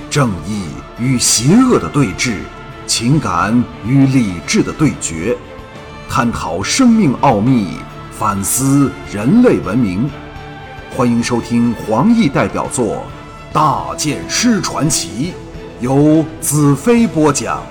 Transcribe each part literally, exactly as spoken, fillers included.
正义与邪恶的对峙，情感与理智的对决，探讨生命奥秘，反思人类文明。欢迎收听黄奕代表作《大剑师传奇》，由子飞播讲。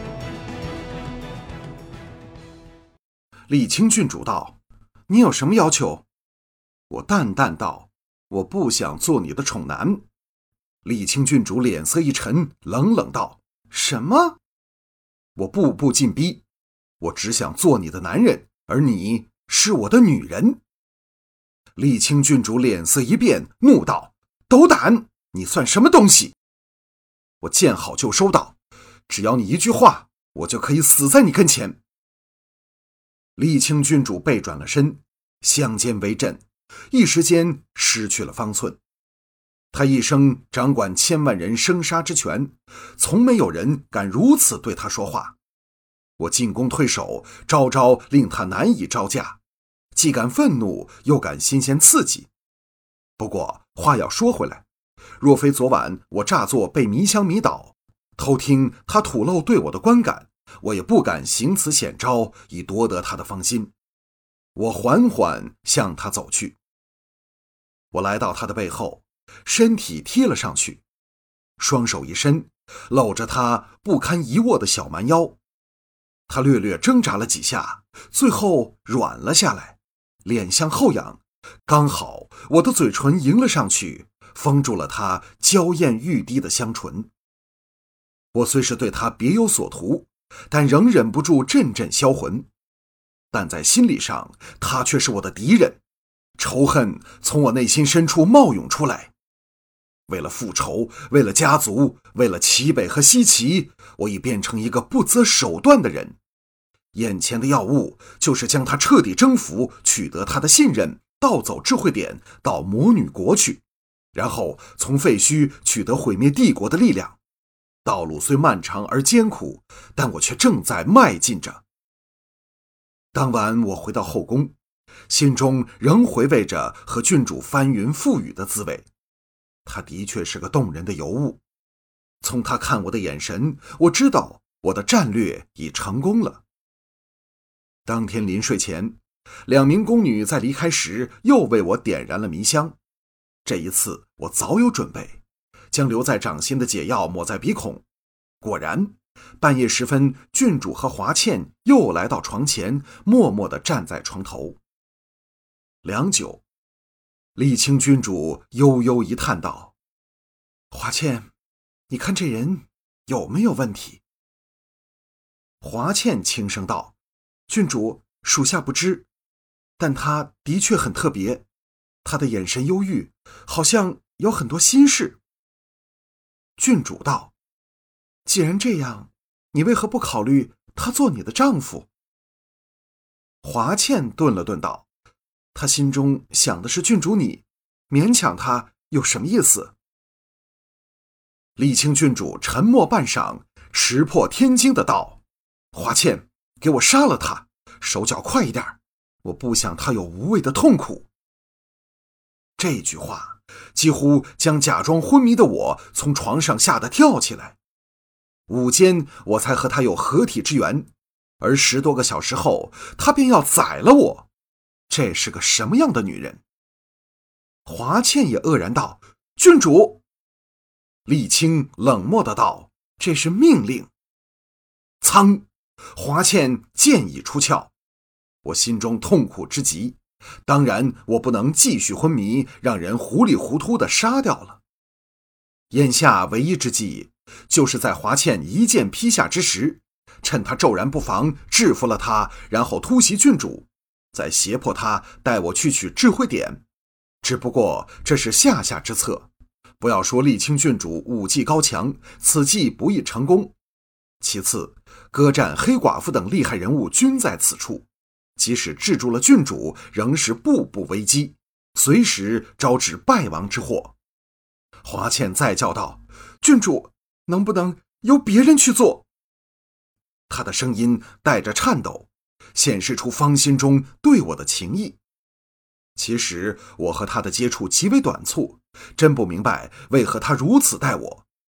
李清郡主道：“你有什么要求？”我淡淡道：“我不想做你的宠男。”李清郡主脸色一沉，冷冷道：“什么？”我步步进逼：“我只想做你的男人，而你是我的女人。”李清郡主脸色一变，怒道：“斗胆！你算什么东西？”我见好就收道：“只要你一句话，我就可以死在你跟前。”李清郡主背转了身，相肩为震，一时间失去了方寸。他一生掌管千万人生杀之权，从没有人敢如此对他说话。我进攻退守，招招令他难以招架，既感愤怒，又感新鲜刺激。不过话要说回来，若非昨晚我诈作被迷香迷倒，偷听他吐露对我的观感，我也不敢行此险招，以夺得他的芳心。我缓缓向他走去。我来到他的背后，身体贴了上去，双手一伸，搂着他不堪一握的小蛮腰。他略略挣扎了几下，最后软了下来，脸向后仰，刚好我的嘴唇迎了上去，封住了他娇艳欲滴的香唇。我虽是对他别有所图，但仍忍不住阵阵销魂。但在心理上，他却是我的敌人，仇恨从我内心深处冒涌出来。为了复仇，为了家族，为了齐北和西岐，我已变成一个不择手段的人。眼前的要务就是将他彻底征服，取得他的信任，盗走智慧点到魔女国去，然后从废墟取得毁灭帝国的力量。道路虽漫长而艰苦，但我却正在迈进着。当晚我回到后宫，心中仍回味着和郡主翻云覆雨的滋味。他的确是个动人的尤物，从他看我的眼神，我知道我的战略已成功了。当天临睡前，两名宫女在离开时又为我点燃了迷香。这一次我早有准备，将留在掌心的解药抹在鼻孔。果然，半夜时分，郡主和华倩又来到床前，默默地站在床头。良久，李清郡主悠悠一叹道：“华倩，你看这人有没有问题？”华倩轻声道：“郡主，属下不知，但他的确很特别，他的眼神忧郁，好像有很多心事。”郡主道：“既然这样，你为何不考虑他做你的丈夫？”华倩顿了顿道：“他心中想的是郡主你，勉强他有什么意思？”李清郡主沉默半晌，石破天惊的道：“华倩，给我杀了他，手脚快一点，我不想他有无谓的痛苦。”这句话几乎将假装昏迷的我从床上吓得跳起来。午间我才和他有合体之缘，而十多个小时后，他便要宰了我。这是个什么样的女人？华倩也愕然道：“郡主！”李清冷漠的道：“这是命令。”噌！华倩剑已出鞘，我心中痛苦之极。当然，我不能继续昏迷，让人糊里糊涂的杀掉了。眼下唯一之计，就是在华倩一剑劈下之时，趁她骤然不防，制服了她，然后突袭郡主，再胁迫她带我去取智慧点。只不过这是下下之策，不要说丽清郡主武技高强，此计不易成功。其次，歌战、黑寡妇等厉害人物均在此处，即使制住了郡主，仍是步步危机，随时招致败亡之祸。华倩再叫道：“郡主，能不能由别人去做？”她的声音带着颤抖，显示出芳心中对我的情意。其实我和他的接触极为短促，真不明白为何他如此待我。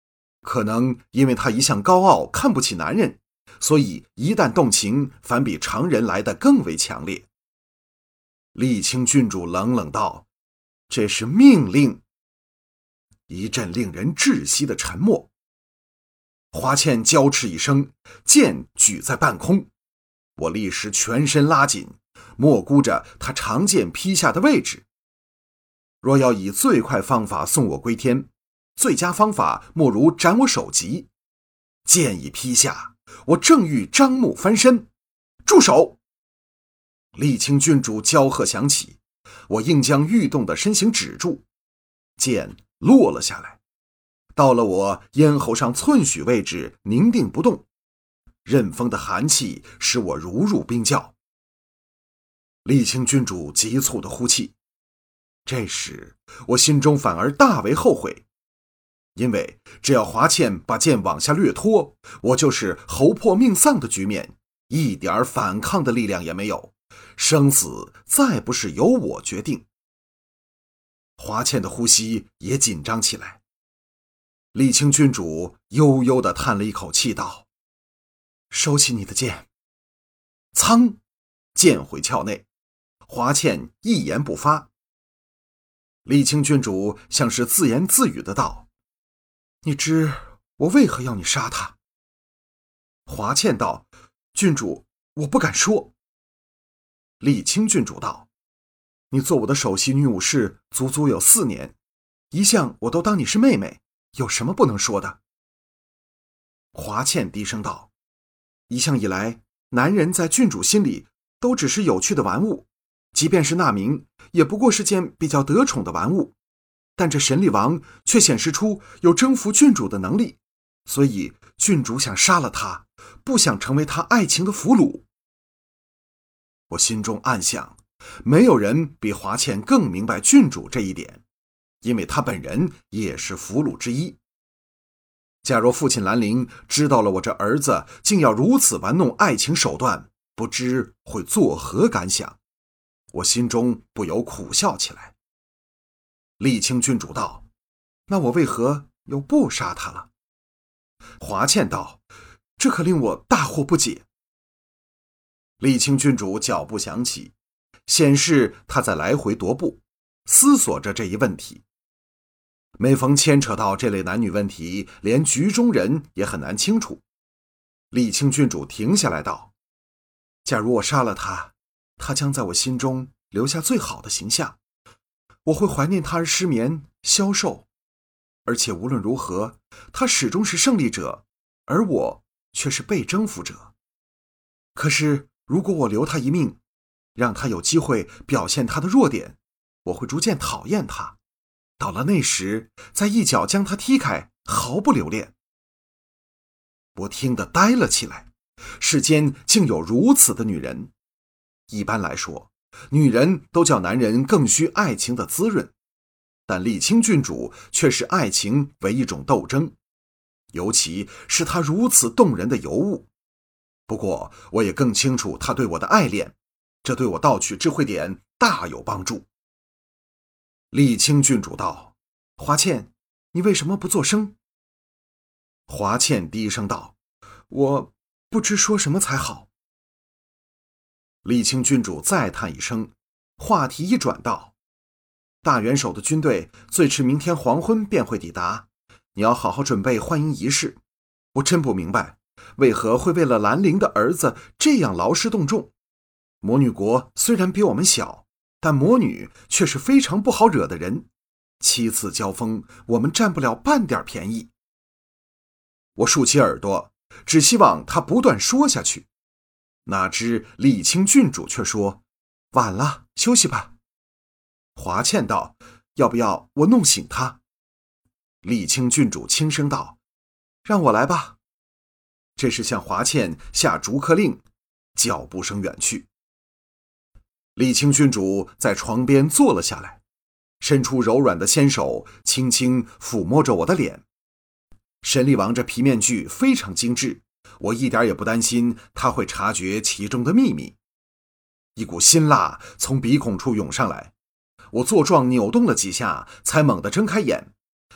可能因为他一向高傲，看不起男人，所以一旦动情，反比常人来得更为强烈。沥青郡主冷冷道：“这是命令。”一阵令人窒息的沉默。华倩娇斥一声，剑举在半空，我立时全身拉紧，莫估着他长剑劈下的位置。若要以最快方法送我归天，最佳方法莫如斩我首级。剑已劈下，我正欲张目翻身，住手！沥青郡主娇喝响起，我硬将欲动的身形止住，剑落了下来，到了我咽喉上寸许位置，凝定不动。刃锋的寒气使我如入冰窖。沥青郡主急促地呼气，这时我心中反而大为后悔，因为只要华倩把剑往下掠拖，我就是喉破命丧的局面，一点反抗的力量也没有，生死再不是由我决定。华倩的呼吸也紧张起来。沥青郡主悠悠地叹了一口气道：“收起你的剑。”噌，剑回鞘内，华倩一言不发。沥青郡主像是自言自语的道：“你知我为何要你杀他？”华倩道：“郡主，我不敢说。”沥青郡主道：“你做我的首席女武士足足有四年，一向我都当你是妹妹，有什么不能说的？”华倩低声道：“一向以来，男人在郡主心里都只是有趣的玩物，即便是纳明，也不过是件比较得宠的玩物。但这神力王却显示出有征服郡主的能力，所以郡主想杀了他，不想成为他爱情的俘虏。”我心中暗想，没有人比华倩更明白郡主这一点，因为他本人也是俘虏之一。假若父亲兰陵知道了我这儿子竟要如此玩弄爱情手段，不知会作何感想。我心中不由苦笑起来。沥青郡主道：“那我为何又不杀他了？”华倩道：“这可令我大惑不解。”沥青郡主脚步响起，显示他在来回踱步，思索着这一问题。每逢牵扯到这类男女问题，连局中人也很难清楚。沥青郡主停下来道：“假如我杀了他，他将在我心中留下最好的形象，我会怀念他而失眠消瘦，而且无论如何，他始终是胜利者，而我却是被征服者。可是如果我留他一命，让他有机会表现他的弱点，我会逐渐讨厌他，到了那时再一脚将他踢开，毫不留恋。”我听得呆了起来，世间竟有如此的女人。一般来说，女人都叫男人更需爱情的滋润，但沥青郡主却视爱情为一种斗争，尤其是她如此动人的尤物。不过我也更清楚她对我的爱恋，这对我盗取智慧点大有帮助。沥青郡主道：“华倩，你为什么不作声？”华倩低声道：“我不知说什么才好。”沥青郡主再叹一声，话题一转道：“大元首的军队最迟明天黄昏便会抵达，你要好好准备欢迎仪式。我真不明白，为何会为了兰陵的儿子这样劳师动众。魔女国虽然比我们小，但魔女却是非常不好惹的人，七次交锋，我们占不了半点便宜。”我竖起耳朵，只希望他不断说下去。哪知沥青郡主却说：“晚了，休息吧。”华倩道：“要不要我弄醒他？”沥青郡主轻声道：“让我来吧。”这是向华倩下逐客令，脚步声远去。沥青郡主在床边坐了下来，伸出柔软的纤手，轻轻抚摸着我的脸。神力王这皮面具非常精致，我一点也不担心他会察觉其中的秘密。一股辛辣从鼻孔处涌上来，我坐状扭动了几下，才猛地睁开眼，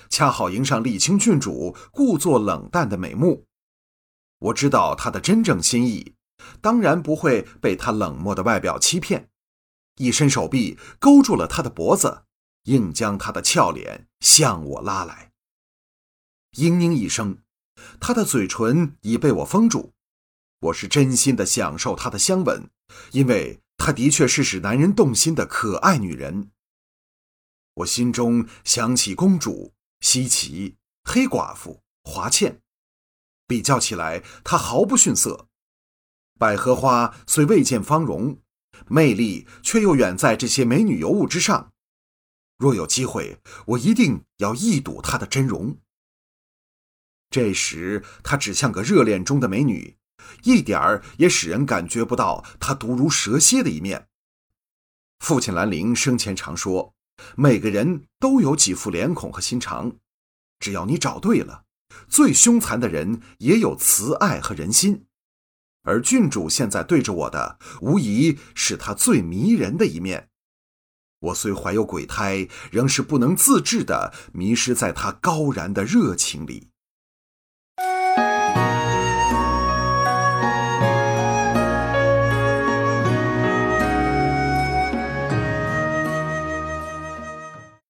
恰好迎上丽清郡主故作冷淡的美目。我知道他的真正心意，当然不会被他冷漠的外表欺骗，一伸手臂勾住了他的脖子，硬将他的俏脸向我拉来。嘤嘤一声，他的嘴唇已被我封住。我是真心的享受他的香吻，因为她的确是使男人动心的可爱女人。我心中想起公主、西岐、黑寡妇、华倩，比较起来，她毫不逊色。百合花虽未见芳容，魅力却又远在这些美女尤物之上。若有机会，我一定要一睹她的真容。这时，她只像个热恋中的美女，一点儿也使人感觉不到她毒如蛇蝎的一面。父亲兰陵生前常说，每个人都有几副脸孔和心肠，只要你找对了，最凶残的人也有慈爱和人心。而郡主现在对着我的，无疑是她最迷人的一面。我虽怀有鬼胎，仍是不能自制地迷失在她高燃的热情里。